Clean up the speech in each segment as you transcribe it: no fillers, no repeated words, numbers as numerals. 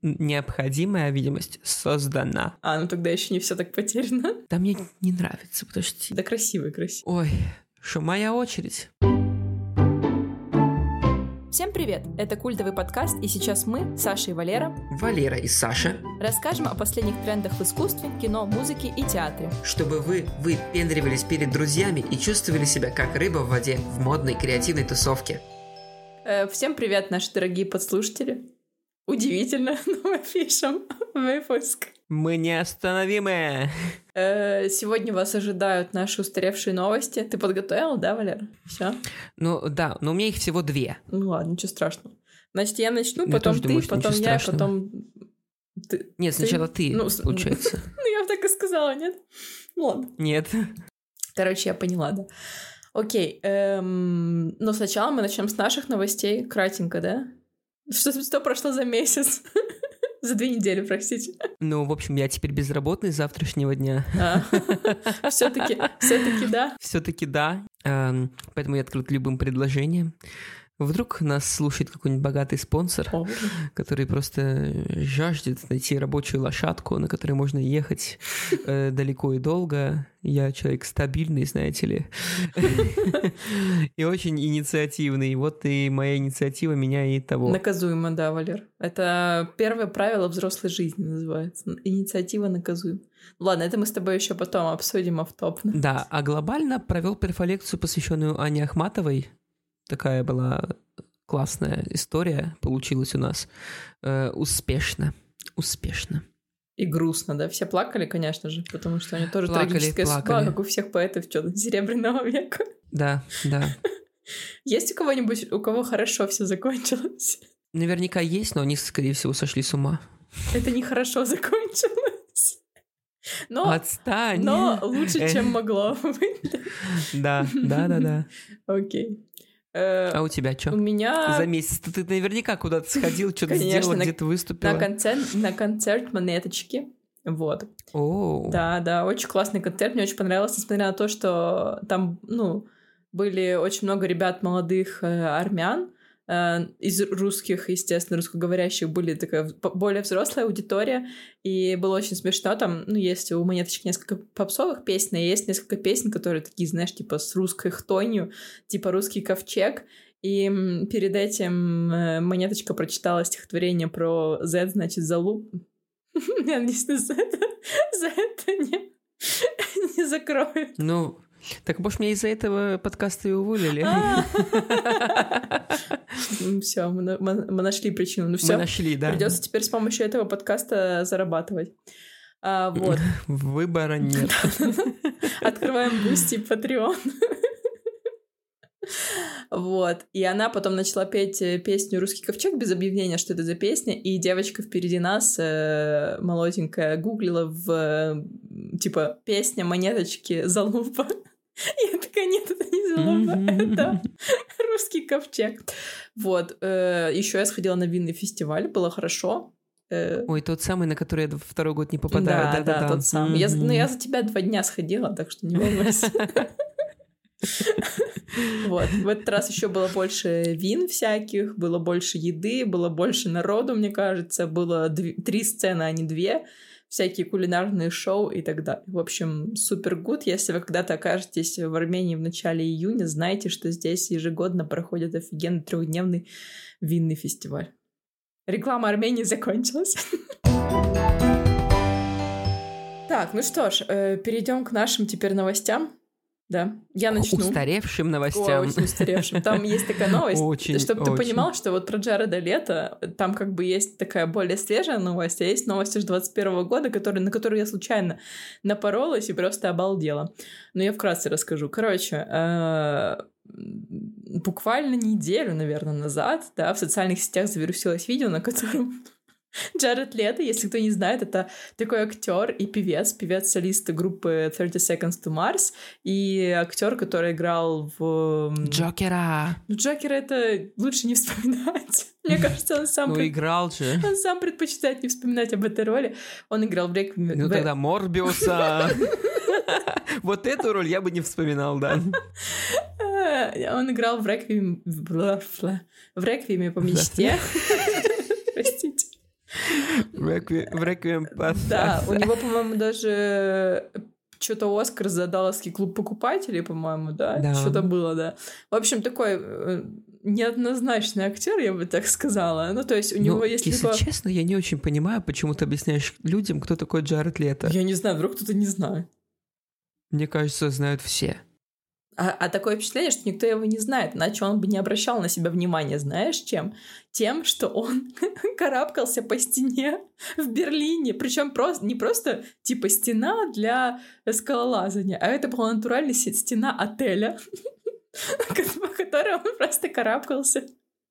необходимая видимость создана. Ну тогда еще не все так потеряно. Да мне не нравится, подожди. Да красивый. Ой, что моя очередь. Всем привет! Это культовый подкаст, и сейчас мы, Саша и Валера, Валера и Саша, расскажем о последних трендах в искусстве, кино, музыке и театре. Чтобы вы выпендривались перед друзьями и чувствовали себя как рыба в воде в модной креативной тусовке. Всем привет, наши дорогие подслушатели. Удивительно, но мы пишем выпуск. Мы неостановимые. Сегодня вас ожидают наши устаревшие новости. Ты подготовил, да, Валера? Все? Ну да, но у меня их всего 2. Ну ладно, ничего страшного. Значит, я начну, потом ты, думаю, потом я, страшного. потом ты. Нет, сначала ты, получается. Ну, я бы так и сказала, нет? Ну ладно. Нет. Короче, я поняла, да. Окей, но сначала мы начнем с наших новостей, кратенько, да? Что прошло за месяц? За 2 недели, простите. Ну, в общем, я теперь безработный с завтрашнего дня. Все-таки да? Все-таки да. Поэтому я открыт любым предложением. Вдруг нас слушает какой-нибудь богатый спонсор, который просто жаждет найти рабочую лошадку, на которой можно ехать далеко и долго. Я человек стабильный, знаете ли, и очень инициативный. Вот и моя инициатива меня и того. Наказуемо, да, Валер. Это первое правило взрослой жизни называется. Инициатива наказуема. Ладно, это мы с тобой еще потом обсудим офф-топно. Да, а глобально провел перфолекцию, посвященную Ане Ахматовой. Такая была классная история получилась у нас. Успешно. И грустно, да? Все плакали, конечно же, потому что они тоже трагическая судьба, как у всех поэтов Серебряного века. Да. Есть у кого-нибудь, у кого хорошо все закончилось? Наверняка есть, но они, скорее всего, сошли с ума. Это нехорошо закончилось. Отстань! Но лучше, чем могло быть. Да. Окей. А у тебя что? У меня... За месяц ты наверняка куда-то сходил, что-то сделал, где-то выступила. На концерт «Монеточки». Вот. Да, очень классный концерт. Мне очень понравилось, несмотря на то, что там, были очень много ребят молодых армян, из русских, естественно, русскоговорящих были такая более взрослая аудитория, и было очень смешно. Там, есть у «Монеточки» несколько попсовых песен, и есть несколько песен, которые такие, знаешь, типа с русской хтонью, типа «Русский ковчег». И перед этим «Монеточка» прочитала стихотворение про Z, значит, залуп. Я надеюсь, за это не закроют. Так, может, меня из-за этого подкаста и уволили? Все, мы нашли причину. Мы нашли, да. Придется теперь с помощью этого подкаста зарабатывать. Вот. Выбора нет. Открываем Boosty и Patreon. Вот. И она потом начала петь песню «Русский ковчег» без объявления, что это за песня, и девочка впереди нас, молоденькая, гуглила типа песня «Монеточки» залупа. Я такая, нет, это не залупа, это «Русский ковчег». Вот. Еще я сходила на винный фестиваль, было хорошо. Ой, тот самый, на который я 2-й год не попадаю. Да, тот самый. Я за тебя 2 дня сходила, так что не волнуйся. Вот. В этот раз еще было больше вин всяких, было больше еды, было больше народу, мне кажется. Было 3 сцены, а не 2. Всякие кулинарные шоу и так далее. В общем, супер гуд. Если вы когда-то окажетесь в Армении в начале июня, знайте, что здесь ежегодно проходит офигенный 3-дневный винный фестиваль. Реклама Армении закончилась. Так, ну что ж, перейдем к нашим теперь новостям. Да, я начну. Устаревшим новостям. Очень устаревшим. Там есть такая новость, чтобы ты очень. понимал, что вот про Джареда Лето, там как бы есть такая более свежая новость, а есть новость аж 21 года, на которую я случайно напоролась и просто обалдела. Но я вкратце расскажу. Короче, буквально неделю, наверное, назад, да, в социальных сетях завирусилось видео, на котором Джаред Лето, если кто не знает, это такой актер и певец-солист группы 30 Seconds to Mars, и актер, который играл в... Джокера. Джокера это лучше не вспоминать. Мне кажется, он сам... играл же. Он сам предпочитает не вспоминать об этой роли. Он играл в «Реквиеме». Тогда Морбиуса. Вот эту роль я бы не вспоминал, да. Он играл в «Реквиеме по мечте». Простите. в «Реквием по...» Да, у него, по-моему, даже что-то «Оскар» за «Далласский клуб покупателей», по-моему, да? Что-то было, да. В общем, такой неоднозначный актер, я бы так сказала. Ну, то есть у него есть... Если честно, я не очень понимаю, почему ты объясняешь людям, кто такой Джаред Лето. Я не знаю, вдруг кто-то не знает. Мне кажется, знают все. А такое впечатление, что никто его не знает, иначе он бы не обращал на себя внимания. Знаешь, чем? Тем, что он карабкался по стене в Берлине. Причем не просто типа стена для скалолазания, а это была натуральная стена отеля, по которой он просто карабкался.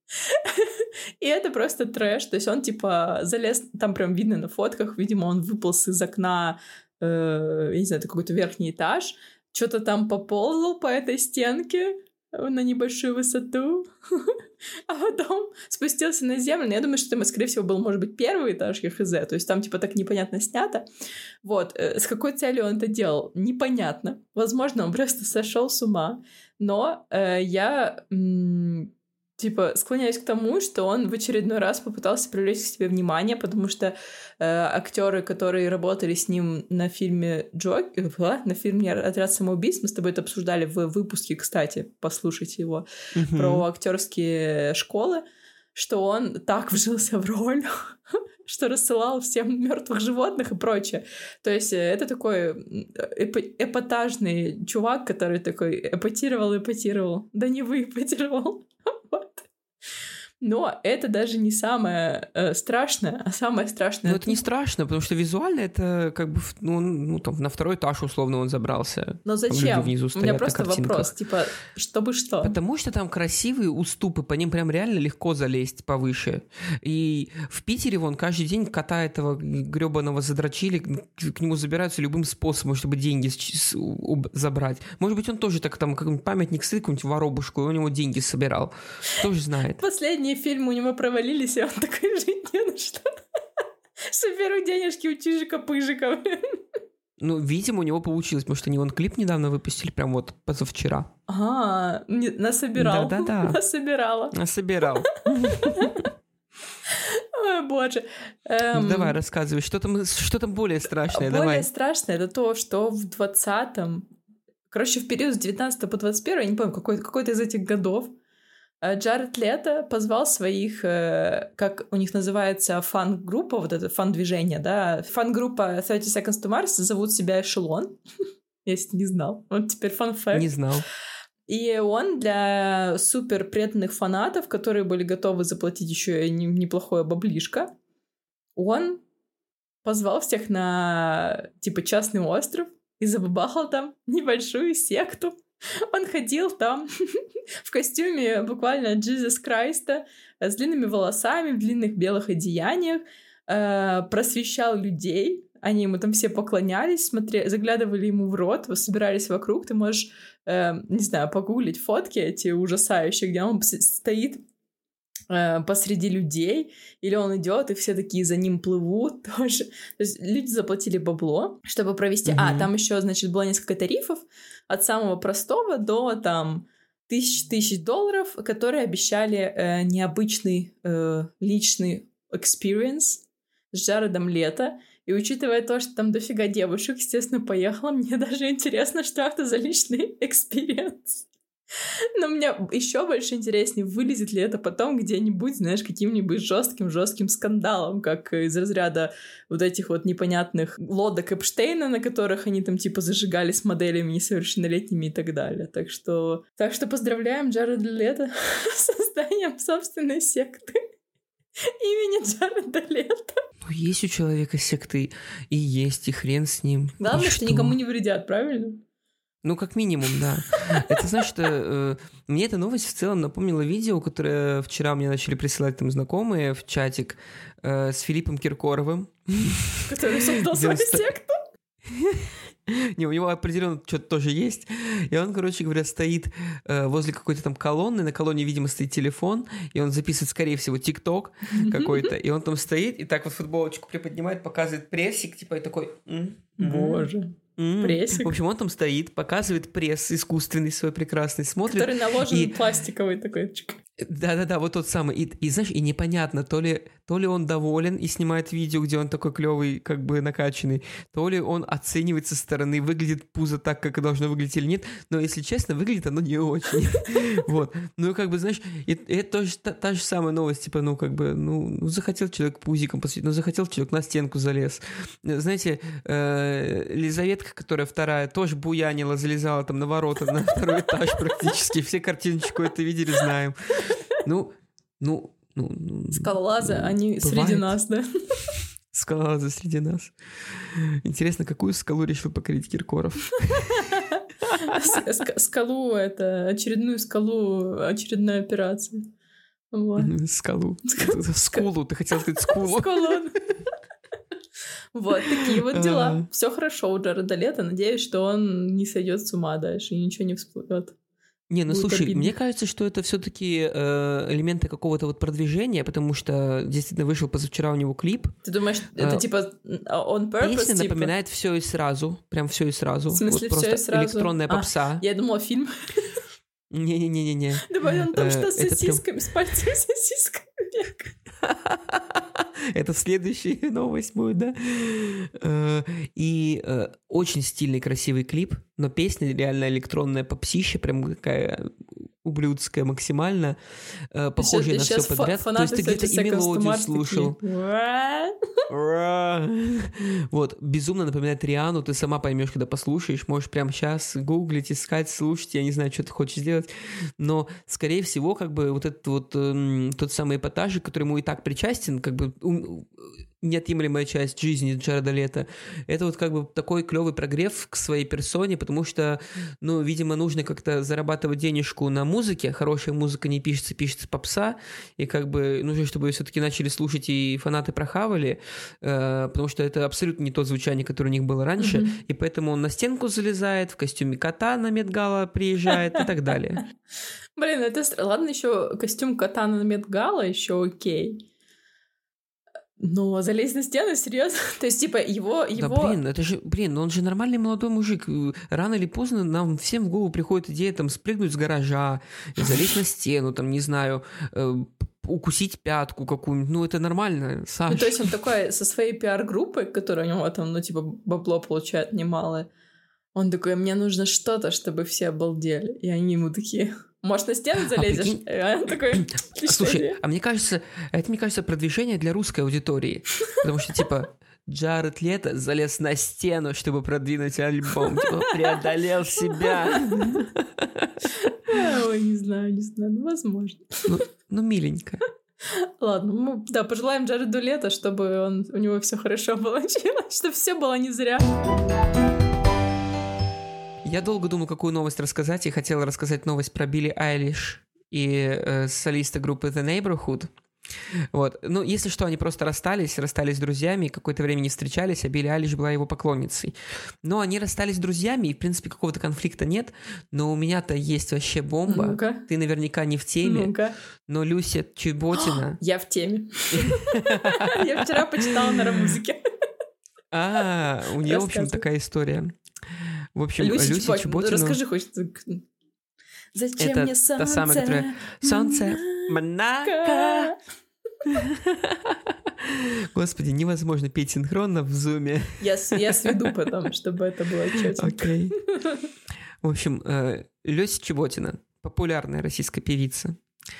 И это просто трэш. То есть он типа залез, там прям видно на фотках, видимо, он выполз из окна, я не знаю, это какой-то верхний этаж, что-то там поползал по этой стенке на небольшую высоту, а потом спустился на землю. Но я думаю, что там, скорее всего, был, может быть, первый этаж ХЗ, то есть там типа так непонятно снято. Вот. С какой целью он это делал? Непонятно. Возможно, он просто сошел с ума. Но я... типа, склоняюсь к тому, что он в очередной раз попытался привлечь к себе внимание, потому что актеры, которые работали с ним на фильме на фильме «Отряд самоубийц», мы с тобой это обсуждали в выпуске, кстати, послушайте его, про актерские школы, что он так вжился в роль, что рассылал всем мертвых животных и прочее. То есть это такой эпатажный чувак, который такой эпатировал, да не выпатировал. Вот. Но это даже не самое страшное, а самое страшное... Ну, это не страшно, потому что визуально это как бы, там, на второй этаж условно он забрался. Но зачем? Внизу стоят, у меня просто вопрос, типа, чтобы что? Потому что там красивые уступы, по ним прям реально легко залезть повыше. И в Питере вон каждый день кота этого грёбаного задрочили, к нему забираются любым способом, чтобы деньги забрать. Может быть, он тоже так там какой-нибудь памятник стоит, какую-нибудь воробушку, и у него деньги собирал. Кто же знает. Последние фильмы у него провалились, и он такой, жить не на что. Соберу денежки у Чижика-Пыжика. Ну, видимо, у него получилось, потому что они вон клип недавно выпустили, прям вот позавчера. Ага, насобирал. Да-да-да. Насобирал. Ой, боже. Давай, рассказывай, что там более страшное? Более страшное — это то, что в 20-м, короче, в период с 19 по 21, я не помню, какой-то из этих годов, Джаред Лето позвал своих, как у них называется, фан-группа, вот это фан-движение, да, фан-группа 30 Seconds to Mars зовут себя Эшелон, если не знал, вот теперь фан-факт. Не знал. И он для супер преданных фанатов, которые были готовы заплатить еще и неплохое баблишко, он позвал всех на, типа, частный остров и забабахал там небольшую секту. Он ходил там в костюме буквально Jesus Christ, с длинными волосами, в длинных белых одеяниях, просвещал людей. Они ему там все поклонялись, заглядывали ему в рот, собирались вокруг. Ты можешь, не знаю, погуглить фотки эти ужасающие, где он стоит посреди людей, или он идет, и все такие за ним плывут тоже. То есть люди заплатили бабло, чтобы провести... там еще, значит, было несколько тарифов, от самого простого до, там, тысяч долларов, которые обещали необычный личный experience с Джаредом Лето. И учитывая то, что там дофига девушек, естественно, поехала, мне даже интересно, что это за личный experience. Но мне еще больше интереснее, вылезет ли это потом где-нибудь, знаешь, каким-нибудь жестким скандалом, как из разряда вот этих вот непонятных лодок Эпштейна, на которых они там типа зажигали с моделями несовершеннолетними и так далее. Так что поздравляем Джареда Лето с созданием собственной секты имени Джареда Лето. Ну, есть у человека секты, и есть, и хрен с ним. Главное, что никому не вредят, правильно? Ну, как минимум, да. Это значит, мне эта новость в целом напомнила видео, которое вчера мне начали присылать там знакомые в чатик с Филиппом Киркоровым. Который создал свою секту? Не, у него определенно что-то тоже есть. И он, короче говоря, стоит возле какой-то там колонны. На колонне, видимо, стоит телефон. И он записывает, скорее всего, ТикТок какой-то. И он там стоит и так вот футболочку приподнимает, показывает прессик, типа, и такой... Боже... Прессик. В общем, он там стоит, показывает пресс искусственный свой прекрасный, смотрит. Который наложен пластиковый такой. Да-да-да, вот тот самый. И знаешь, и непонятно, то ли то ли он доволен и снимает видео, где он такой клевый, как бы накачанный, то ли он оценивает со стороны, выглядит пузо так, как должно выглядеть или нет, но, если честно, выглядит оно не очень. Вот. Ну, как бы, знаешь, это тоже та же самая новость, типа, ну, как бы, ну, захотел человек пузиком посветить, ну, захотел человек на стенку залез. Знаете, Лизаветка, которая вторая, тоже буянила, залезала там на ворота, на второй этаж практически. Все картиночку это видели, знаем. Ну, скалолазы, они среди нас, да? Скалолазы среди нас. Интересно, какую скалу решил покорить Киркоров? Скалу, это очередную скалу, очередная операция. Вот. Скалу. Скулу, ты хотел сказать скулу. Скулу. Вот, такие вот дела. Все хорошо у Джареда Лето. Надеюсь, что он не сойдет с ума дальше и ничего не всплывет. Не, ну слушай, обидно. Мне кажется, что это все-таки элементы какого-то вот продвижения, потому что действительно вышел позавчера у него клип. Ты думаешь, это типа on purpose? Песня типа? напоминает все и сразу, прям все и сразу. В смысле вот все и сразу? Электронная попса. Я думала, фильм. Не-не-не-не-не. Давай он там что с сосисками, с пальцами сосисками. Это следующая новость будет, да? И очень стильный, красивый клип, но песня реально электронная попсища, прям такая ублюдская максимально, похожая на все подряд. То есть ты где-то и мелодию слушал. Вот, безумно напоминает Риану, ты сама поймешь, когда послушаешь, можешь прямо сейчас гуглить, искать, слушать, я не знаю, что ты хочешь сделать, но, скорее всего, как бы вот этот вот тот самый эпатажик, который ему и так причастен, как бы неотъемлемая часть жизни Джареда Лето, это вот как бы такой клевый прогрев к своей персоне, потому что, ну, видимо, нужно как-то зарабатывать денежку на музыке, хорошая музыка не пишется, пишется попса, и как бы нужно, чтобы ее все-таки начали слушать и фанаты прохавали, потому что это абсолютно не то звучание, которое у них было раньше, и поэтому он на стенку залезает, в костюме кота на Met-Gala приезжает и так далее. Блин, это ладно, еще костюм кота на Met-Gala еще окей. Но залезть на стену, серьезно? То есть, типа, его... Да, он же нормальный молодой мужик. Рано или поздно нам всем в голову приходит идея, там, спрыгнуть с гаража, залезть на стену, там, не знаю, укусить пятку какую-нибудь. Ну, это нормально, Саш. Ну, то есть, он такой со своей пиар-группой, которая у него там, ну, типа, бабло получает немалое. Он такой, мне нужно что-то, чтобы все обалдели. И они ему такие... Может, на стену залезешь? Он такой, слушай, мне кажется, продвижение для русской аудитории. Потому что, типа, Джаред Лето залез на стену, чтобы продвинуть альбом. Типа, преодолел себя. Ой, не знаю, ну, возможно. Ну, миленько. Ладно, мы, да, пожелаем Джареду Лето, чтобы у него все хорошо получилось, чтобы все было не зря. Я долго думал, какую новость рассказать, и хотел рассказать новость про Билли Айлиш и солиста группы The Neighborhood. Вот. Ну, если что, они просто расстались с друзьями, какое-то время не встречались, а Билли Айлиш была его поклонницей. Но они расстались с друзьями, и, в принципе, какого-то конфликта нет, но у меня-то есть вообще бомба. Ну-ка. Ты наверняка не в теме, Ну-ка. но Люся Чеботина... Я в теме. Я вчера почитала на Ромузыке. У нее, в общем, такая история. В общем, Люся Чеботина... Расскажи хоть. Зачем это мне солнце? Та самая, которая... Солнце, Монако. Господи, невозможно петь синхронно в зуме. Я сведу потом, чтобы это было чётенько. Окей. В общем, Люся Чеботина, популярная российская певица.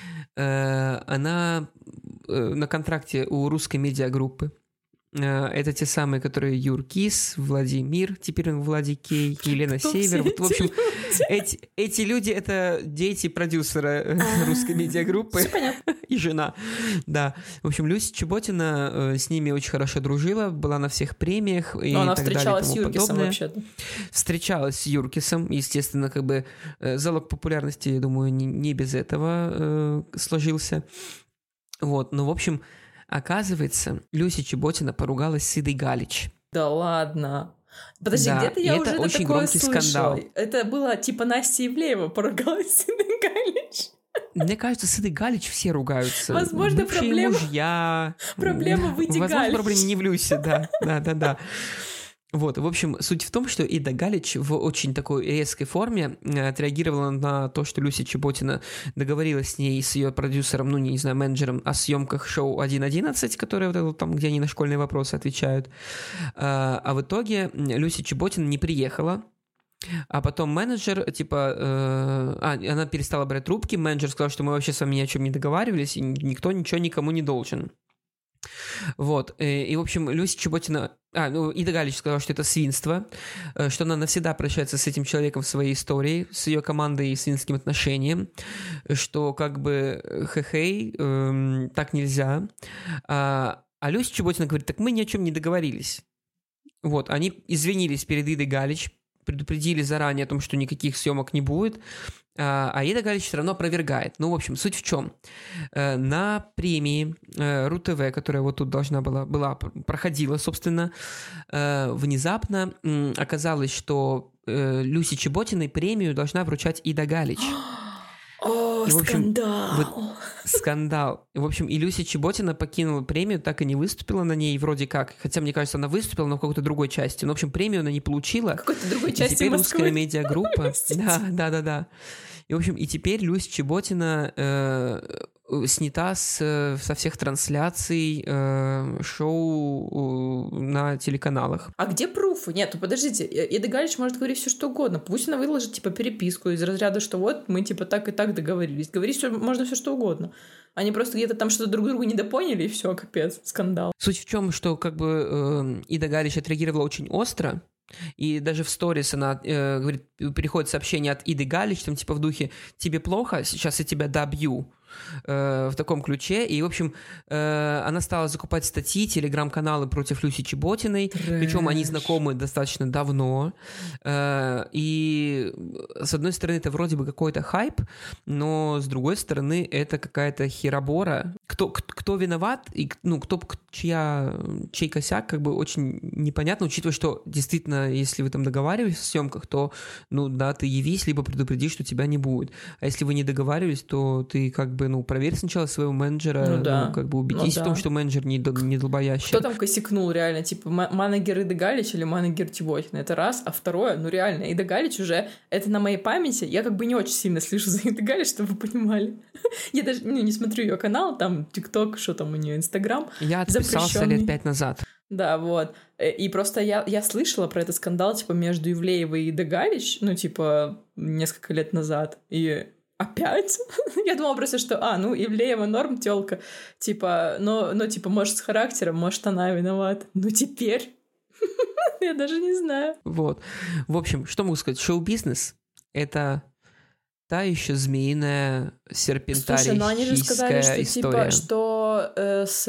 Она на контракте у русской медиагруппы. Это те самые, которые Юркис, Владимир, теперь он Влади Кей, Елена Север. Вот, в общем, эти люди — это дети продюсера русской медиагруппы и жена. Да. В общем, Люся Чеботина с ними очень хорошо дружила, была на всех премиях и она так далее. Встречалась с Юркисом вообще-то. Встречалась с Юркисом, естественно, как бы залог популярности, я думаю, не без этого сложился. Вот, ну, в общем... Оказывается, Люся Чеботина поругалась с Идой Галич. Да ладно. Подожди, да, где-то я уже это очень такое громкий слышала. скандал. Это было типа Настя Ивлеева поругалась с Идой Галич. Мне кажется, с Идой Галич все ругаются. Возможно, бывшие мужья. Проблема в Иде Галич. Возможно, проблема не в Люсе, да. Вот, в общем, суть в том, что Ида Галич в очень такой резкой форме отреагировала на то, что Люся Чеботина договорилась с ней, с ее продюсером, ну, не знаю, менеджером о съемках шоу 1.11, которое вот там, где они на школьные вопросы отвечают. А в итоге Люся Чеботина не приехала, а потом менеджер, типа, она перестала брать трубки, менеджер сказал, что мы вообще с вами ни о чем не договаривались, и никто ничего никому не должен. Вот, и в общем, Люся Чеботина... Ида Галич сказала, что это свинство, что она навсегда прощается с этим человеком в своей истории, с ее командой и свинским отношением, что как бы хе-хей, так нельзя. А Люся Чеботина говорит, так мы ни о чем не договорились. Вот, они извинились перед Идой Галич, предупредили заранее о том, что никаких съемок не будет, а Ида Галич все равно опровергает. Ну, в общем, суть в чем? На премии РУ-ТВ, которая вот тут проходила, собственно, внезапно оказалось, что Люсе Чеботиной премию должна вручать Ида Галич. О, и, в общем, скандал! Скандал. В общем, и Люся Чеботина покинула премию, так и не выступила на ней вроде как. Хотя, мне кажется, она выступила, но в какой-то другой части. Но, в общем, премию она не получила. В какой-то другой части теперь Москвы. Русская медиагруппа... Да. И, в общем, и теперь Люся Чеботина снята со всех трансляций шоу на телеканалах. А где пруфы? Нет, подождите, Ида Галич может говорить все что угодно. Пусть она выложит, типа, переписку из разряда, что вот мы, типа, так и так договорились. Говорить можно все что угодно. Они просто где-то там что-то друг друга недопоняли, и все, капец, скандал. Суть в чем, что, как бы, Ида Галич отреагировала очень остро. И даже в сторис она говорит, приходит сообщение от Иды Галич, там типа в духе «Тебе плохо? Сейчас я тебя добью». В таком ключе. И, в общем, она стала закупать статьи, телеграм-каналы против Люси Чеботиной. Причем они знакомы достаточно давно. И, с одной стороны, это вроде бы какой-то хайп, но, с другой стороны, это какая-то херобора. Кто виноват, и, ну, чей косяк, как бы очень непонятно, учитывая, что действительно, если вы там договаривались в съемках, то, ну, да, ты явись, либо предупреди, что тебя не будет. А если вы не договаривались, то ты как бы, ну, проверь сначала своего менеджера, как бы убедись в том, что менеджер не долбоящий. Кто там косякнул реально? Типа менеджер Ида Галич или менеджер Чеботина? Это раз. А второе, ну реально, Ида Галич уже, это на моей памяти, я как бы не очень сильно слежу за Идой Галич, чтобы вы понимали. Я даже не смотрю ее канал, там, ТикТок, что там у нее, Инстаграм. Я отписался лет 5 назад. Да, вот. И просто я слышала про этот скандал, типа, между Ивлеевой и Идой Галич, ну, типа, несколько лет назад. И опять? Я думала просто, что, Ивлеева норм тёлка, типа, но, типа, может, с характером, может, она виновата. Ну, теперь я даже не знаю. Вот. В общем, что могу сказать? Шоу-бизнес — это та еще змеиная серпентарий. Слушай, они же сказали, что история. Типа, что с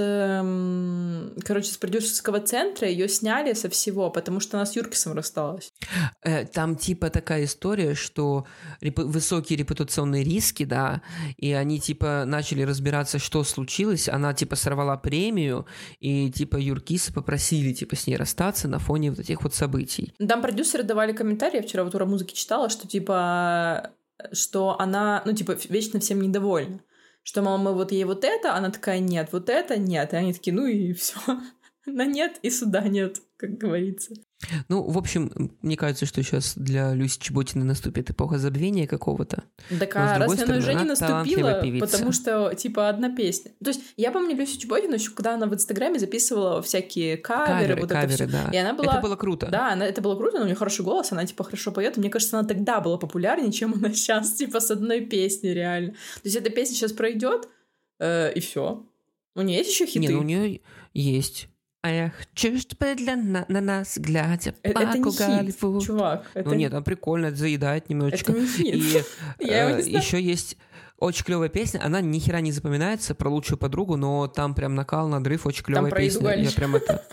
продюсерского центра ее сняли со всего, потому что она с Юркисом рассталась. Там типа такая история, что высокие репутационные риски, да, и они типа начали разбираться, что случилось, она типа сорвала премию, и типа Юркиса попросили типа с ней расстаться на фоне вот этих вот событий. Там продюсеры давали комментарии, я вчера в «Утро музыки» читала, что типа... что она, вечно всем недовольна. Что, мол, мы вот ей вот это, она такая, нет, вот это нет. И они такие, ну и все. На нет и суда нет, как говорится. Ну, в общем, мне кажется, что сейчас для Люси Чеботиной наступит эпоха забвения какого-то. Так, а раз она уже не наступила, потому что, типа, одна песня. То есть, я помню Люсю Чеботину еще, когда она в Инстаграме записывала всякие каверы это все. Да. И она была... Это было круто. Да, это было круто, но у нее хороший голос, она, типа, хорошо поет. Мне кажется, она тогда была популярнее, чем она сейчас, типа, с одной песней реально. То есть, эта песня сейчас пройдет, и все. У нее есть еще хиты? Не, у нее есть. А я хочу, чтобы на нас глядя это не хит, чувак. Ну нет, она прикольно, это заедает немножечко. Это не хит. И еще есть очень клевая песня, она ни хера не запоминается, про лучшую подругу, но там прям накал, надрыв, очень клевая песня. Я прям это...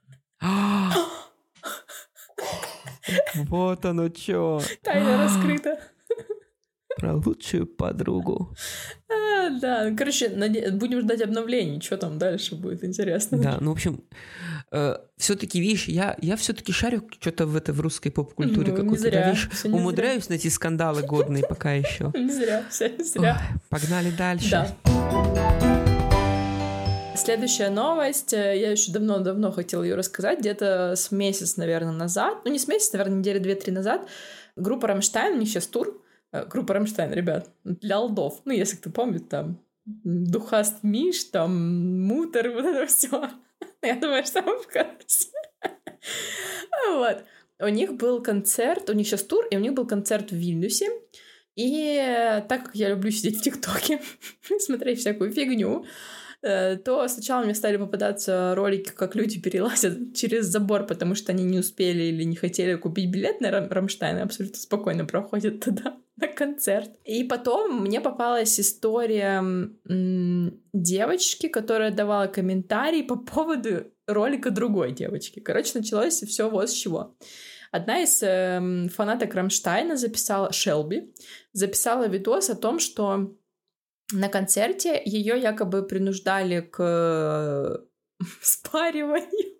Вот оно чё. Тайна раскрыта. Про лучшую подругу. Да, короче, будем ждать обновлений, что там дальше будет, интересно. Да, ну, в общем, все-таки, видишь, я все-таки шарю что-то в русской поп-культуре какой-то. Я, видишь, умудряюсь найти скандалы годные пока еще. Не зря, все не зря. Ой, погнали дальше. Да. Следующая новость, я еще давно-давно хотела ее рассказать, где-то с месяц, наверное, назад, ну не с месяца, наверное, недели 2-3 назад, группа «Рамштайн», у них сейчас тур, группа «Рамштайн», ребят, для олдов, ну если кто помнит, там, Духаст Миш, там, Мутер, вот это все. Я думаю, что вам покажется. Вот. У них был концерт, у них сейчас тур, и у них был концерт в Вильнюсе. И так как я люблю сидеть в ТикТоке и смотреть всякую фигню, то сначала мне стали попадаться ролики, как люди перелазят через забор, потому что они не успели или не хотели купить билет на Рамштайн, и абсолютно спокойно проходят туда на концерт. И потом мне попалась история девочки, которая давала комментарий по поводу ролика другой девочки. Короче, началось все вот с чего. Одна из фанаток Рамштайна Шелби записала видос о том, что на концерте ее якобы принуждали к спариванию.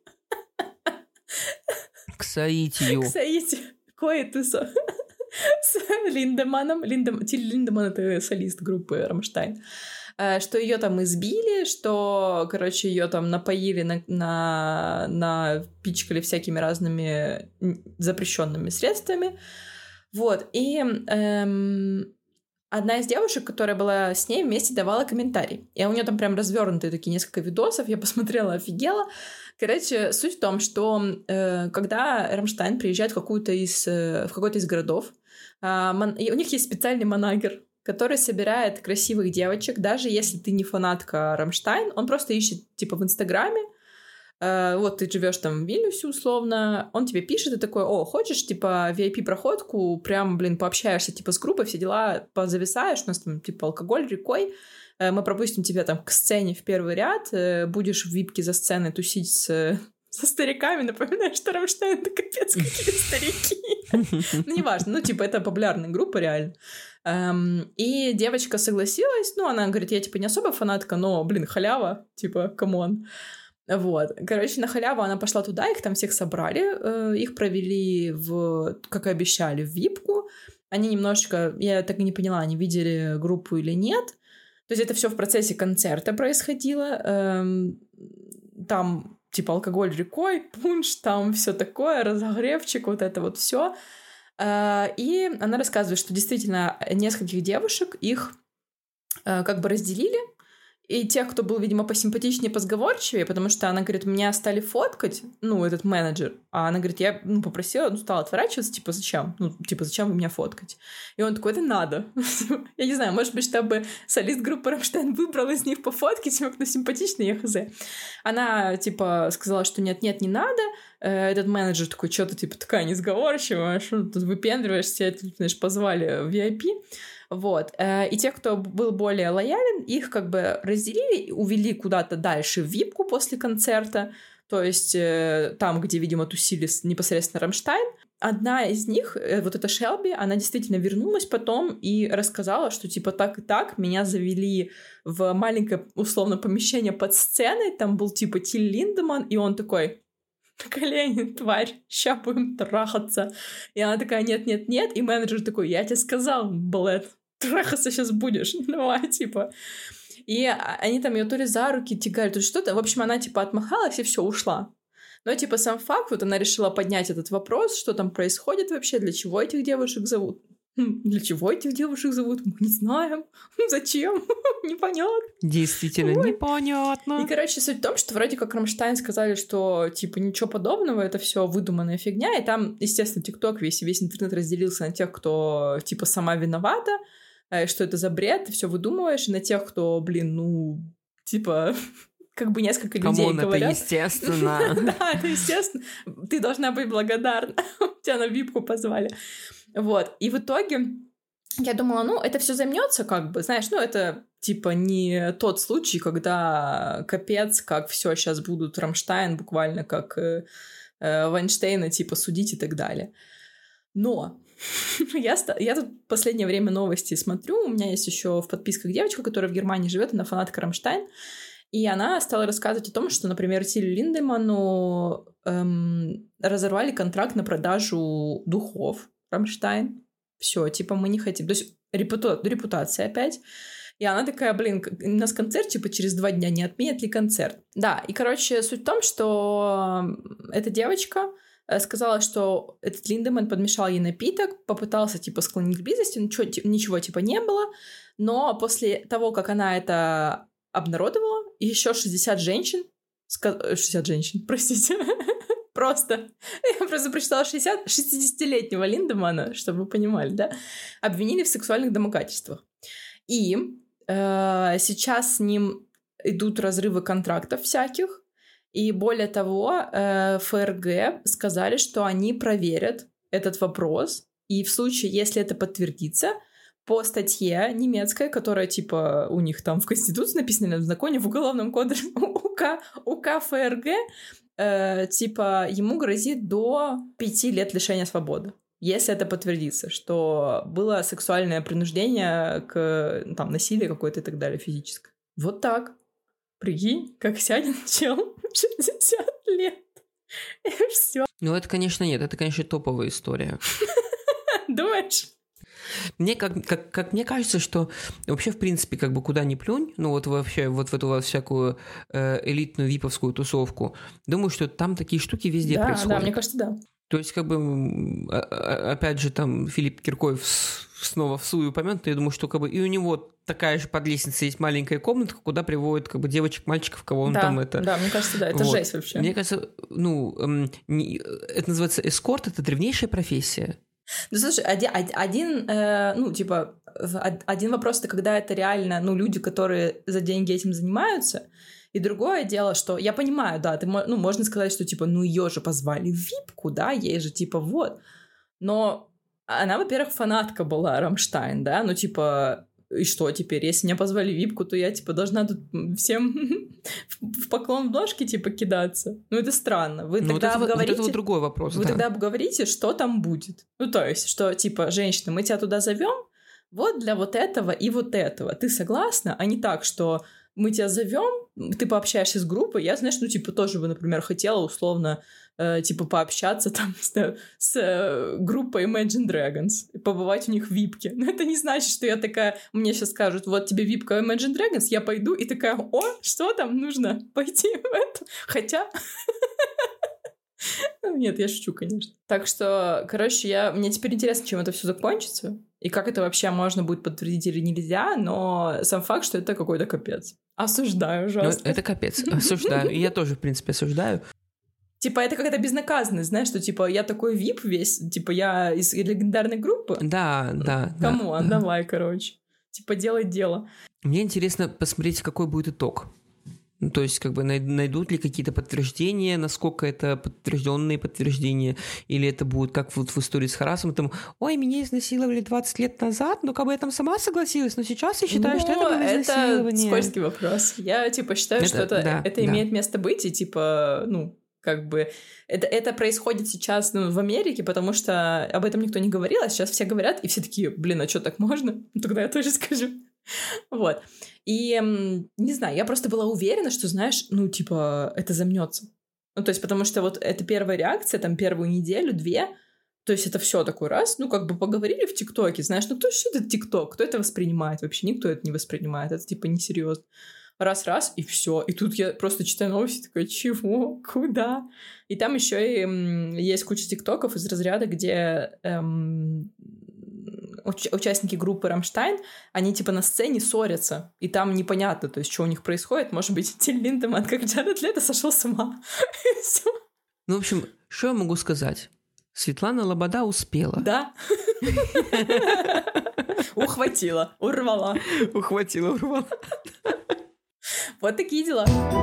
К соитию. К соитию. Коэтусу. С Линдеманом. Тиль Линдеман — это солист группы «Рамштайн». Что ее там избили, что, короче, ее там напоили, напичкали всякими разными запрещенными средствами. Вот. И одна из девушек, которая была с ней вместе, давала комментарий. И у нее там прям развернутые такие несколько видосов. Я посмотрела, офигела. Короче, суть в том, что когда Рамштайн приезжает в какой-то из городов, у них есть специальный манагер, который собирает красивых девочек, даже если ты не фанатка Рамштайн, он просто ищет, типа, в Инстаграме, вот ты живешь там в Вильнюсе условно, он тебе пишет и такой: о, хочешь, типа, VIP-проходку, прям, пообщаешься, типа, с группой, все дела, позависаешь, у нас там, типа, алкоголь рекой, мы пропустим тебя там к сцене в первый ряд, будешь в випке за сценой тусить со стариками, напоминаю, что Рамштайн — это капец какие старики. Ну, неважно, ну, типа, это популярная группа, реально. И девочка согласилась, ну, она говорит: я, типа, не особо фанатка, но, халява, типа, камон. Вот. Короче, на халяву она пошла туда, их там всех собрали, их провели как и обещали, в випку. Они немножечко, я так и не поняла, они видели группу или нет. То есть это все в процессе концерта происходило. Там, типа, алкоголь рекой, пунш, там все такое, разогревчик, вот это вот все. И она рассказывает, что действительно нескольких девушек их как бы разделили. И тех, кто был, видимо, посимпатичнее, позговорчивее, потому что она говорит: меня стали фоткать, ну, этот менеджер, а она говорит: я попросила, стала отворачиваться, типа, зачем? Ну, типа, зачем вы меня фоткать? И он такой: это надо. Я не знаю, может быть, чтобы солист группы «Рамштайн» выбрал из них пофоткать, кто симпатичный, я хз. Она, типа, сказала, что нет, не надо. Этот менеджер такой: что ты, типа, такая несговорчивая, что ты тут выпендриваешься, тебя, знаешь, позвали в VIP. Вот. И те, кто был более лоялен, их как бы разделили, увели куда-то дальше в випку после концерта, то есть там, где, видимо, тусили непосредственно Рамштайн. Одна из них, вот эта Шелби, она действительно вернулась потом и рассказала, что типа так и так меня завели в маленькое условно помещение под сценой, там был типа Тиль Линдеман, и он такой: колени, тварь, ща будем трахаться. И она такая: нет, и менеджер такой: я тебе сказал, блэд, трахаться сейчас будешь, давай, типа. И они там ее то ли за руки тягали, то ли что-то. В общем, она, типа, отмахалась и все, ушла. Но, типа, сам факт, вот она решила поднять этот вопрос, что там происходит вообще, для чего этих девушек зовут. Для чего этих девушек зовут? Мы не знаем. Зачем? Непонятно. Действительно, непонятно. И, короче, суть в том, что вроде как Рамштайн сказали, что, типа, ничего подобного, это все выдуманная фигня. И там, естественно, ТикТок, весь интернет разделился на тех, кто, типа, сама виновата, что это за бред, ты все выдумываешь, и на тех, кто, типа, как бы несколько людей говорят. Это естественно. Да, это естественно. Ты должна быть благодарна. Тебя на випку позвали. Вот. И в итоге я думала, это все займется, как бы, знаешь, это типа не тот случай, когда капец, как все сейчас будут Рамштайн буквально как Вайнштейна, типа, судить и так далее. Но я тут в последнее время новости смотрю, у меня есть еще в подписках девочка, которая в Германии живет, она фанатка Рамштайн, и она стала рассказывать о том, что, например, Тилю Линдеману разорвали контракт на продажу духов Рамштайн. Все, типа, мы не хотим. То есть репутация опять. И она такая, блин, у нас концерт, типа, через 2 дня, не отменят ли концерт? Да, и, короче, суть в том, что эта девочка сказала, что этот Линдеманн подмешал ей напиток, попытался, типа, склонить к близости, ничего, типа, не было, но после того, как она это обнародовала, еще 60 женщин, 60 женщин, простите, я просто прочитала 60-летнего Линдеманна, чтобы вы понимали, да, обвинили в сексуальных домогательствах. И сейчас с ним идут разрывы контрактов всяких, и более того, ФРГ сказали, что они проверят этот вопрос, и в случае, если это подтвердится, по статье немецкой, которая, типа, у них там в Конституции написано, в законе, в Уголовном кодексе УК ФРГ, типа, ему грозит до 5 лет лишения свободы, если это подтвердится, что было сексуальное принуждение к там, насилию какое-то и так далее, физическое. Вот так. Прикинь, как сядет чел 60 лет. И все. Ну, это, конечно, нет. Это, конечно, топовая история. Думаешь? Мне как мне кажется, что вообще, в принципе, как бы куда ни плюнь, ну вот вообще вот в эту вот всякую элитную виповскую тусовку, думаю, что там такие штуки везде происходят. Да, мне кажется, да. То есть, как бы, опять же, там Филипп Киркоев снова в Суе упомянут, я думаю, что как бы и у него такая же под лестницей есть маленькая комнатка, куда приводят как бы девочек, мальчиков, кого он там это... Да, мне кажется, да, это вот. Жесть вообще. Мне кажется, ну, это называется эскорт, это древнейшая профессия. Ну, слушай, один вопрос, это когда это реально, ну, люди, которые за деньги этим занимаются, и другое дело, что я понимаю, да, можно сказать, что, типа, ну, ее же позвали в випку, да, ей же, типа, вот, но она, во-первых, фанатка была Рамштайн, да, ну, типа, и что теперь, если меня позвали в випку, то я, типа, должна тут всем в поклон в ножки, типа, кидаться. Ну, это странно. Вы тогда обговорите... Вот это вот другой вопрос, Вы тогда обговорите, что там будет. Ну, то есть, что, типа, женщина, мы тебя туда зовем вот для вот этого и вот этого. Ты согласна? А не так, что мы тебя зовем, ты пообщаешься с группой, я, знаешь, ну, типа, тоже бы, например, хотела условно типа, пообщаться там с группой Imagine Dragons, и побывать у них в випке. Но это не значит, что я такая, мне сейчас скажут, вот тебе випка Imagine Dragons, я пойду и такая, о, что там нужно пойти в это? Хотя... Нет, я шучу, конечно. Так что, короче, мне теперь интересно, чем это все закончится, и как это вообще можно будет подтвердить или нельзя, но сам факт, что это какой-то капец. Осуждаю жестко. Ну, это капец, осуждаю. И я тоже, в принципе, осуждаю. Типа, это какая-то безнаказанность, знаешь, что, типа, я такой вип весь, типа, я из легендарной группы. Да. Камон, давай, короче. Типа, делай дело. Мне интересно посмотреть, какой будет итог. Ну, то есть, как бы, найдут ли какие-то подтверждения, насколько это подтвержденные подтверждения, или это будет, как вот в истории с Харасментом, ой, меня изнасиловали 20 лет назад, ну, как бы я там сама согласилась, но сейчас я считаю, что это было изнасилование. Это скользкий вопрос. Я, типа, считаю, что это имеет место быть, и, типа, ну, как бы это происходит сейчас в Америке, потому что об этом никто не говорил, а сейчас все говорят, и все такие, блин, а что, так можно? Ну, тогда я тоже скажу. Вот. И, не знаю, я просто была уверена, что, знаешь, ну, типа, это замнется. Ну, то есть, потому что вот это первая реакция, там, первую неделю, 2, то есть это все такой раз, ну, как бы поговорили в ТикТоке, знаешь, ну, что это ТикТок? Кто это воспринимает? Вообще никто это не воспринимает, это, типа, несерьезно. Раз, и все. И тут я просто читаю новости, такая, чего? Куда? И там еще и есть куча тиктоков из разряда, где участники группы «Рамштайн», они типа на сцене ссорятся, и там непонятно, то есть, что у них происходит. Может быть, Тиль Линдеманн, как Джаред Лето, сошел с ума. Ну, в общем, что я могу сказать? Светлана Лобода успела. Да. Ухватила, урвала. Урвала. Вот такие дела.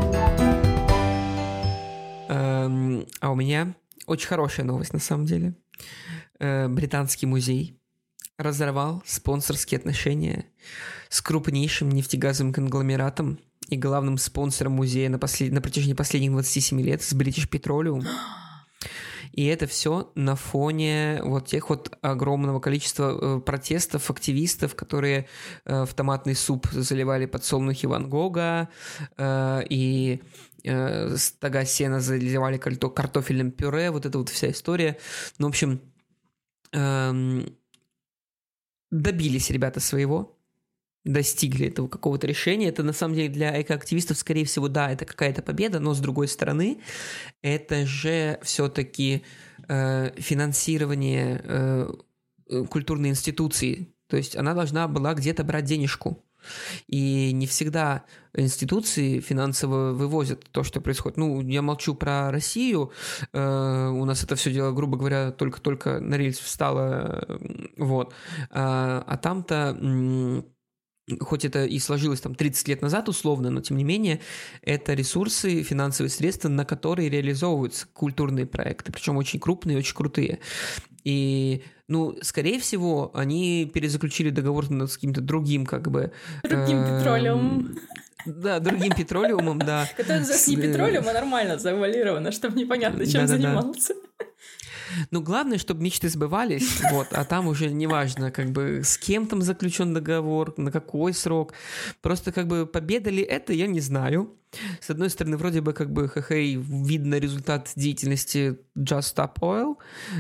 А у меня очень хорошая новость, на самом деле. Британский музей разорвал спонсорские отношения с крупнейшим нефтегазовым конгломератом и главным спонсором музея на протяжении последних 27 лет с British Petroleum. И это все на фоне вот тех вот огромного количества протестов, активистов, которые в томатный суп заливали подсолнухи Ван Гога и стога сена заливали картофельным пюре, вот эта вот вся история. Ну, в общем, добились ребята своего. достигли этого какого-то решения. Это на самом деле для экоактивистов, скорее всего, да, это какая-то победа, но с другой стороны, это же все-таки финансирование культурной институции. То есть она должна была где-то брать денежку. И не всегда институции финансово вывозят то, что происходит. Ну, я молчу про Россию. У нас это все дело, грубо говоря, только-только на рельс встало. Вот. А там-то... Хоть это и сложилось там 30 лет назад условно, но тем не менее это ресурсы, финансовые средства, на которые реализовываются культурные проекты, причем очень крупные, очень крутые. И, ну, скорее всего, они перезаключили договор с каким-то другим, как бы... Другим петролиумом. Да, другим петролиумом, да. Который называется не петролиум, а нормально завуалировано, чтобы непонятно, чем занимался. Ну, главное, чтобы мечты сбывались, вот, а там уже неважно, как бы, с кем там заключен договор, на какой срок. Просто, как бы, победа ли это, я не знаю. С одной стороны, вроде бы, как бы, видно результат деятельности Just Stop Oil.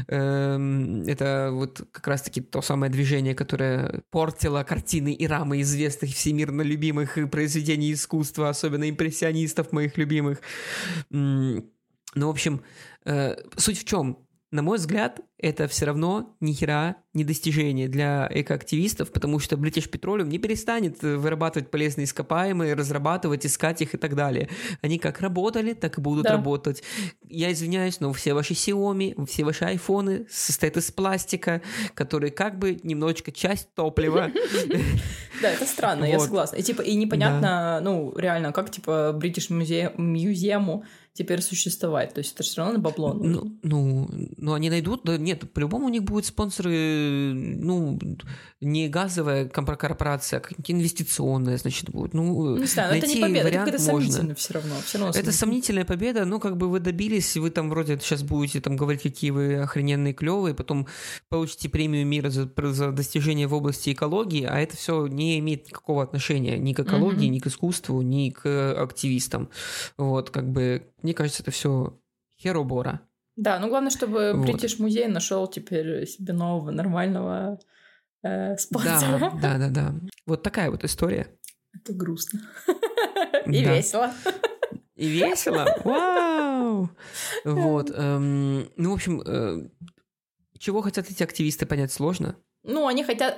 Это вот как раз-таки то самое движение, которое портило картины и рамы известных всемирно любимых произведений искусства, особенно импрессионистов моих любимых. Ну, в общем, суть в чем? На мой взгляд, это все равно ни хера не достижение для экоактивистов, потому что British Petroleum не перестанет вырабатывать полезные ископаемые, разрабатывать, искать их и так далее. Они как работали, так и будут работать. Я извиняюсь, но все ваши Xiaomi, все ваши айфоны состоят из пластика, который как бы немножечко часть топлива. Да, это странно, я согласна. И непонятно, ну, реально, как, British Museum теперь существовать. То есть это все равно на бабло нужно. Ну, они найдут... Да, нет, по-любому у них будут спонсоры, ну, не газовая корпорация, а какая-нибудь инвестиционная, значит, будет. Ну, не знаю, это не победа, это какая-то сомнительная все равно. Это сомнительная победа, ну, как бы вы добились, вы там вроде сейчас будете там говорить, какие вы охрененные, клевые, потом получите премию мира за достижения в области экологии, а это все не имеет никакого отношения ни к экологии, ни к искусству, ни к активистам. Вот, как бы... Мне кажется, это все херобора. Да, ну главное, чтобы British музей нашел теперь себе нового нормального спонсора. Да. Вот такая вот история. Это грустно. И весело. И весело? Вау! Вот. Ну, в общем, чего хотят эти активисты, понять сложно. Ну, они хотят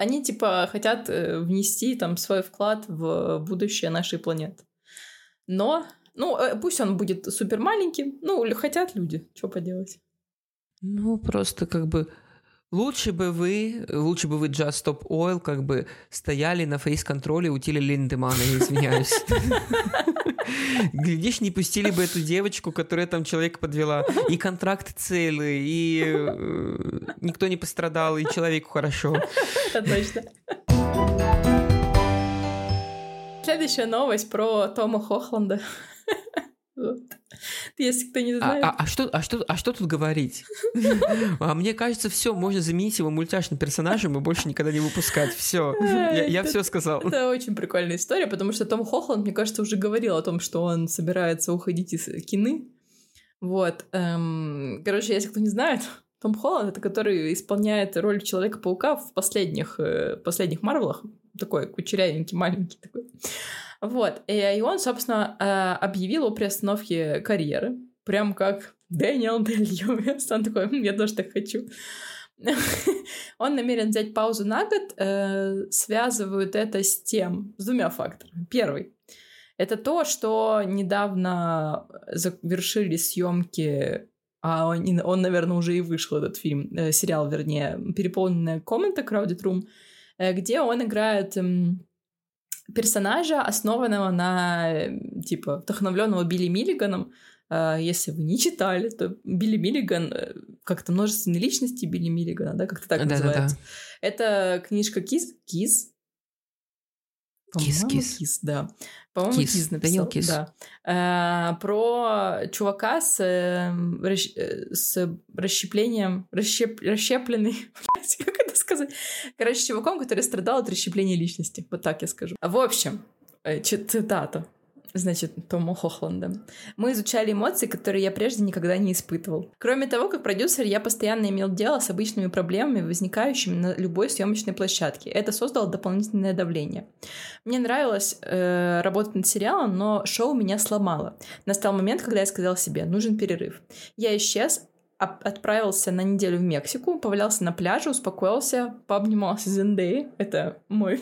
внести там свой вклад в будущее нашей планеты. Но... Ну, пусть он будет супер маленьким. Ну, хотят люди, что поделать. Ну, просто как бы лучше бы вы Just Stop Oil, как бы стояли на фейс-контроле у Тиля Линдемана, я извиняюсь. Глядишь, не пустили бы эту девочку, которая там человека подвела. И контракт целый, и никто не пострадал, и человеку хорошо. Это точно. Следующая новость про Тома Хохланда. Вот. Если кто не знает. А что тут говорить? А мне кажется, все, можно заменить его мультяшным персонажем и больше никогда не выпускать. Все, я все сказал. Это очень прикольная история, потому что Том Хохланд, мне кажется, уже говорил о том, что он собирается уходить из кино. Вот. Короче, если кто не знает, Том Холланд — это который исполняет роль Человека-паука в последних Марвелах. Такой кучерявенький, маленький такой. Вот. И он, собственно, объявил о приостановке карьеры. Прям как Дэниел Дэй-Льюис. Он такой, я тоже так хочу. Он намерен взять паузу на год. Связывают это с двумя факторами. Первый. Это то, что недавно завершили съемки, он, наверное, уже и вышел, этот сериал, вернее, «Переполненная комната», Crowded Room, где он играет персонажа, основанного на, вдохновленного Билли Миллиганом. Если вы не читали, то Билли Миллиган, как-то множественные личности Билли Миллигана, да, как-то так называется. Да. Это книжка Киз. Киз, да. По-моему, Киз написал. Киз. Да. Про чувака с расщепленный... Как это сказать? Короче, чуваком, который страдал от расщепления личности. Вот так я скажу. В общем, цитата. значит, Тома Хохланда. Мы изучали эмоции, которые я прежде никогда не испытывал. Кроме того, как продюсер, я постоянно имел дело с обычными проблемами, возникающими на любой съемочной площадке. Это создало дополнительное давление. Мне нравилось работать над сериалом, но шоу меня сломало. Настал момент, когда я сказал себе, нужен перерыв. Я исчез, отправился на неделю в Мексику, повалялся на пляже, успокоился, пообнимался с Зендеей. Это мой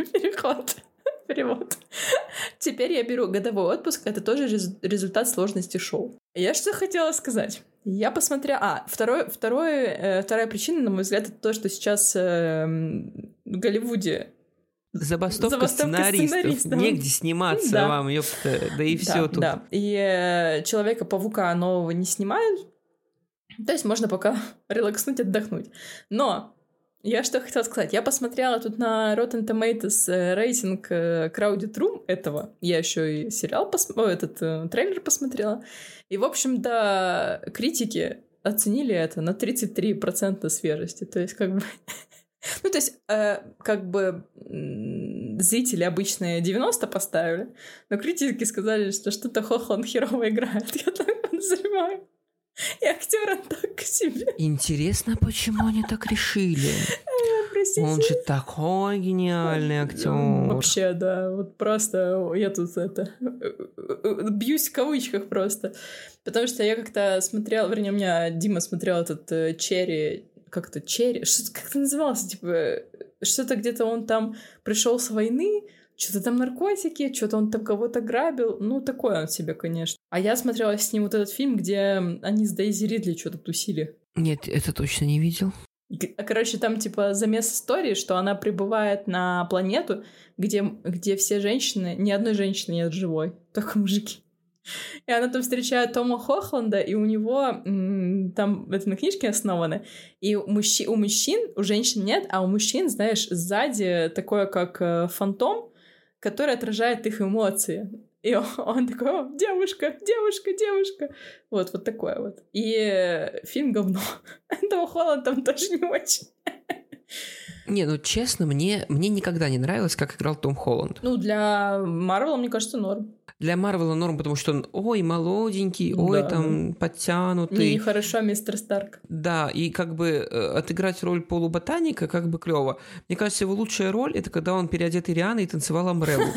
перевод. Теперь я беру годовой отпуск. Это тоже результат сложности шоу. Я что хотела сказать? Я посмотрела... Вторая причина, на мой взгляд, это то, что сейчас в Голливуде забастовка сценаристов. Негде сниматься да. Вам, ёпта. Да и все тут. Да. И Человека-паука нового не снимают. То есть можно пока релакснуть, отдохнуть. Но я что хотела сказать. Я посмотрела тут на Rotten Tomatoes рейтинг Crowded Room этого. Я еще и сериал трейлер посмотрела. И, в общем, да, критики оценили это на 33% свежести. То есть, как бы... Ну, то есть, как бы зрители обычные 90 поставили, но критики сказали, что что-то Хохланд херово играет. Я так подозреваю. И актер так себе. Интересно, почему они так решили? Он же такой гениальный актер. Вообще, да. Вот просто я тут бьюсь в кавычках просто. Потому что я как-то смотрела, вернее, у меня Дима смотрел этот Черри. Как это называлось? Типа, что-то где-то он там пришел с войны, что-то там наркотики, что-то он там кого-то грабил. Ну, такой он себе, конечно. А я смотрела с ним вот этот фильм, где они с Дейзи Ридли что-то тусили. Нет, это точно не видел. Короче, там типа замес истории, что она прибывает на планету, где все женщины, ни одной женщины нет живой, только мужики. И она там встречает Тома Хохланда, и у него там это на книжке основано. И у мужчин, у женщин нет, а у мужчин, знаешь, сзади такое как фантом, который отражает их эмоции. И он такой: девушка. Вот такое вот. И фильм говно. Том Холланд там тоже не очень. Не, ну честно, мне никогда не нравилось, как играл Том Холланд. Ну, для Марвела, мне кажется, норм. Для Марвела норм, потому что он, молоденький, там, подтянутый. Нехорошо, мистер Старк. Да, и как бы отыграть роль полуботаника как бы клево. Мне кажется, его лучшая роль — это когда он переодетый Рианой и танцевал Амбреллу.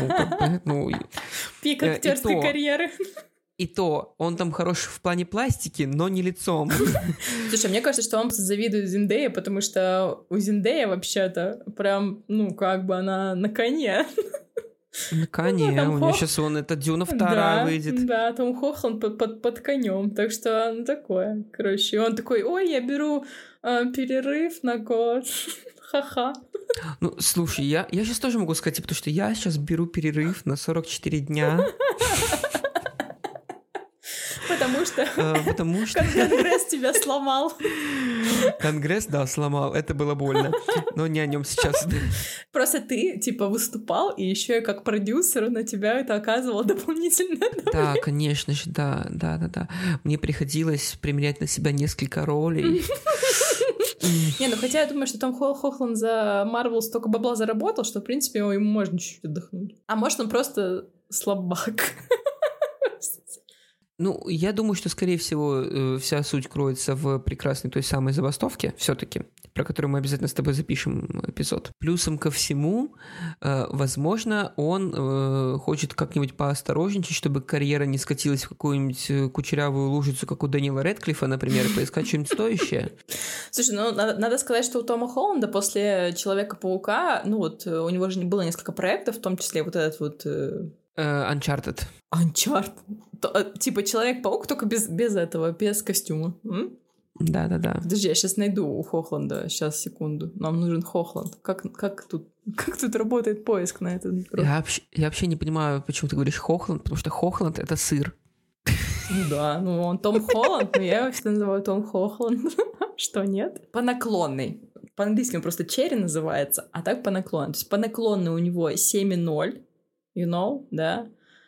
Пик актерской карьеры. И то, он там хорош в плане пластики, но не лицом. Слушай, мне кажется, что он завидует Зендее, потому что у Зендея вообще-то прям, как бы она на коне. На коне, у него сейчас Дюна 2 выйдет. Да, Том Хохланд под конем, так что такое. Короче, он такой: ой, я беру перерыв на год. Ха-ха. Ну, слушай, я сейчас тоже могу сказать, потому что я сейчас беру перерыв на 44 дня. Потому что Конгресс тебя сломал. Конгресс, да, сломал. Это было больно. Но не о нем сейчас. Просто ты, выступал, и еще и как продюсер на тебя это оказывало дополнительное давление. Да, конечно же, да. Мне приходилось примерять на себя несколько ролей. Не, хотя я думаю, что Том Хохланд за Марвел столько бабла заработал, что, в принципе, ему можно чуть-чуть отдохнуть. А может, он просто слабак. Ну, я думаю, что, скорее всего, вся суть кроется в прекрасной той самой забастовке, все-таки, про которую мы обязательно с тобой запишем эпизод. Плюсом ко всему, возможно, он хочет как-нибудь поосторожничать, чтобы карьера не скатилась в какую-нибудь кучерявую лужицу, как у Дэниела Рэдклиффа, например, поискать что-нибудь стоящее. Слушай, надо сказать, что у Тома Холланда после Человека-паука, у него же было несколько проектов, в том числе вот этот вот... Uncharted. Типа Человек-паук, только без этого, без костюма. Да. Подожди, я сейчас найду у Хохланда. Сейчас, секунду. Нам нужен Хохланд. Как тут работает поиск на этот? Я вообще не понимаю, почему ты говоришь Хохланд, потому что Хохланд — это сыр. Ну да, он Том Холланд, но я его всегда называю Том Хохланд. Что, нет? По наклонной. По-английски он просто Черри называется, а так по наклонной. То есть по наклонной у него 7,0. You know, да?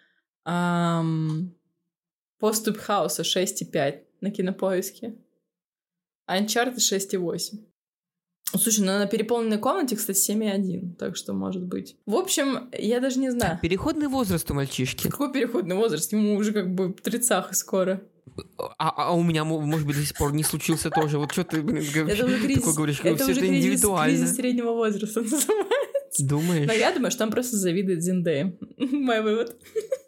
Поступ Хауса 6,5 на Кинопоиске. Uncharted 6,8. Слушай, ну на переполненной комнате, кстати, 7,1, так что может быть. В общем, я даже не знаю. Переходный возраст у мальчишки. Какой переходный возраст? Ему уже как бы в 30-х скоро. А у меня, может быть, до сих пор не случился тоже. Вот что ты, блин, это уже кризис, такое говоришь, это все уже это индивидуально. Кризис среднего возраста называется. Думаешь? Но я думаю, что он просто завидует Зендее. Мой вывод.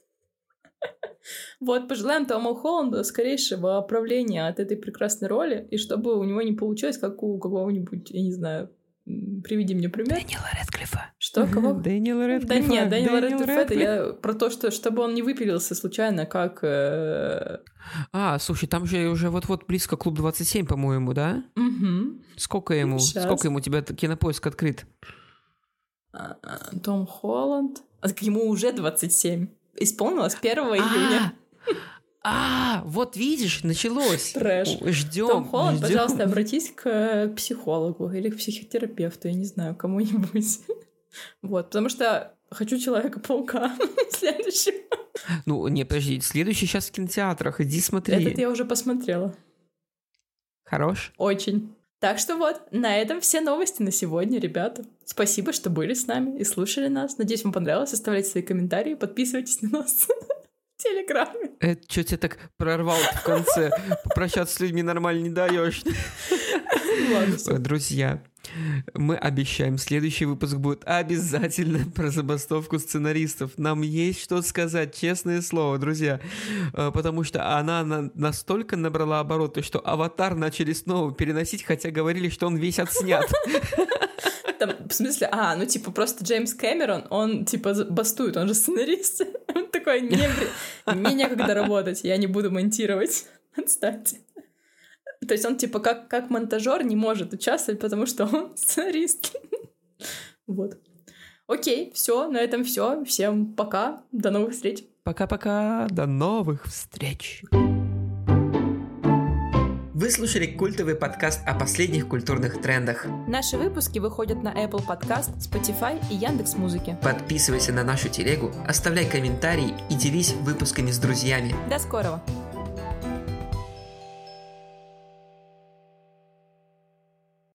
Вот, пожелаем Тому Холланду скорейшего оправления от этой прекрасной роли, и чтобы у него не получилось, как у какого-нибудь, я не знаю, приведи мне пример. Дэниела Рэдклиффа. Что, кого? Дэниела Рэдклиффа. Да нет, Дэниела Рэдклиффа, это я про то, что чтобы он не выпилился случайно, как... слушай, там же уже вот-вот близко Клуб 27, по-моему, да? Угу. Сколько ему? Сейчас. Сколько ему? У тебя Кинопоиск открыт? Том Холланд? Ему уже 27. Исполнилось 1 июня. Вот видишь, началось. Трэш. Ждем. Том Холланд, пожалуйста, обратись к психологу или к психотерапевту, я не знаю, кому-нибудь. Вот, потому что хочу Человека-паука следующего. Ну, не, подожди, следующий сейчас в кинотеатрах, иди смотри. Этот я уже посмотрела. Хорош? Очень. Так что вот, на этом все новости на сегодня, ребята. Спасибо, что были с нами и слушали нас. Надеюсь, вам понравилось. Оставляйте свои комментарии, подписывайтесь на нас в Телеграме. Что тебя так прорвал в конце? Попрощаться с людьми нормально не даешь. Друзья, мы обещаем, следующий выпуск будет обязательно про забастовку сценаристов. Нам есть что сказать, честное слово, друзья. Потому что она настолько набрала обороты, что «Аватар» начали снова переносить, хотя говорили, что он весь отснят. Там, в смысле, просто Джеймс Кэмерон, он, бастует, он же сценарист. Он такой, мне некогда работать, я не буду монтировать. Отстаньте. То есть он, как монтажер не может участвовать, потому что он сценарист. Вот. Окей, все, на этом все. Всем пока, до новых встреч. Пока-пока, до новых встреч. Вы слушали культовый подкаст о последних культурных трендах. Наши выпуски выходят на Apple Podcast, Spotify и Яндекс.Музыке. Подписывайся на нашу телегу, оставляй комментарии и делись выпусками с друзьями. До скорого!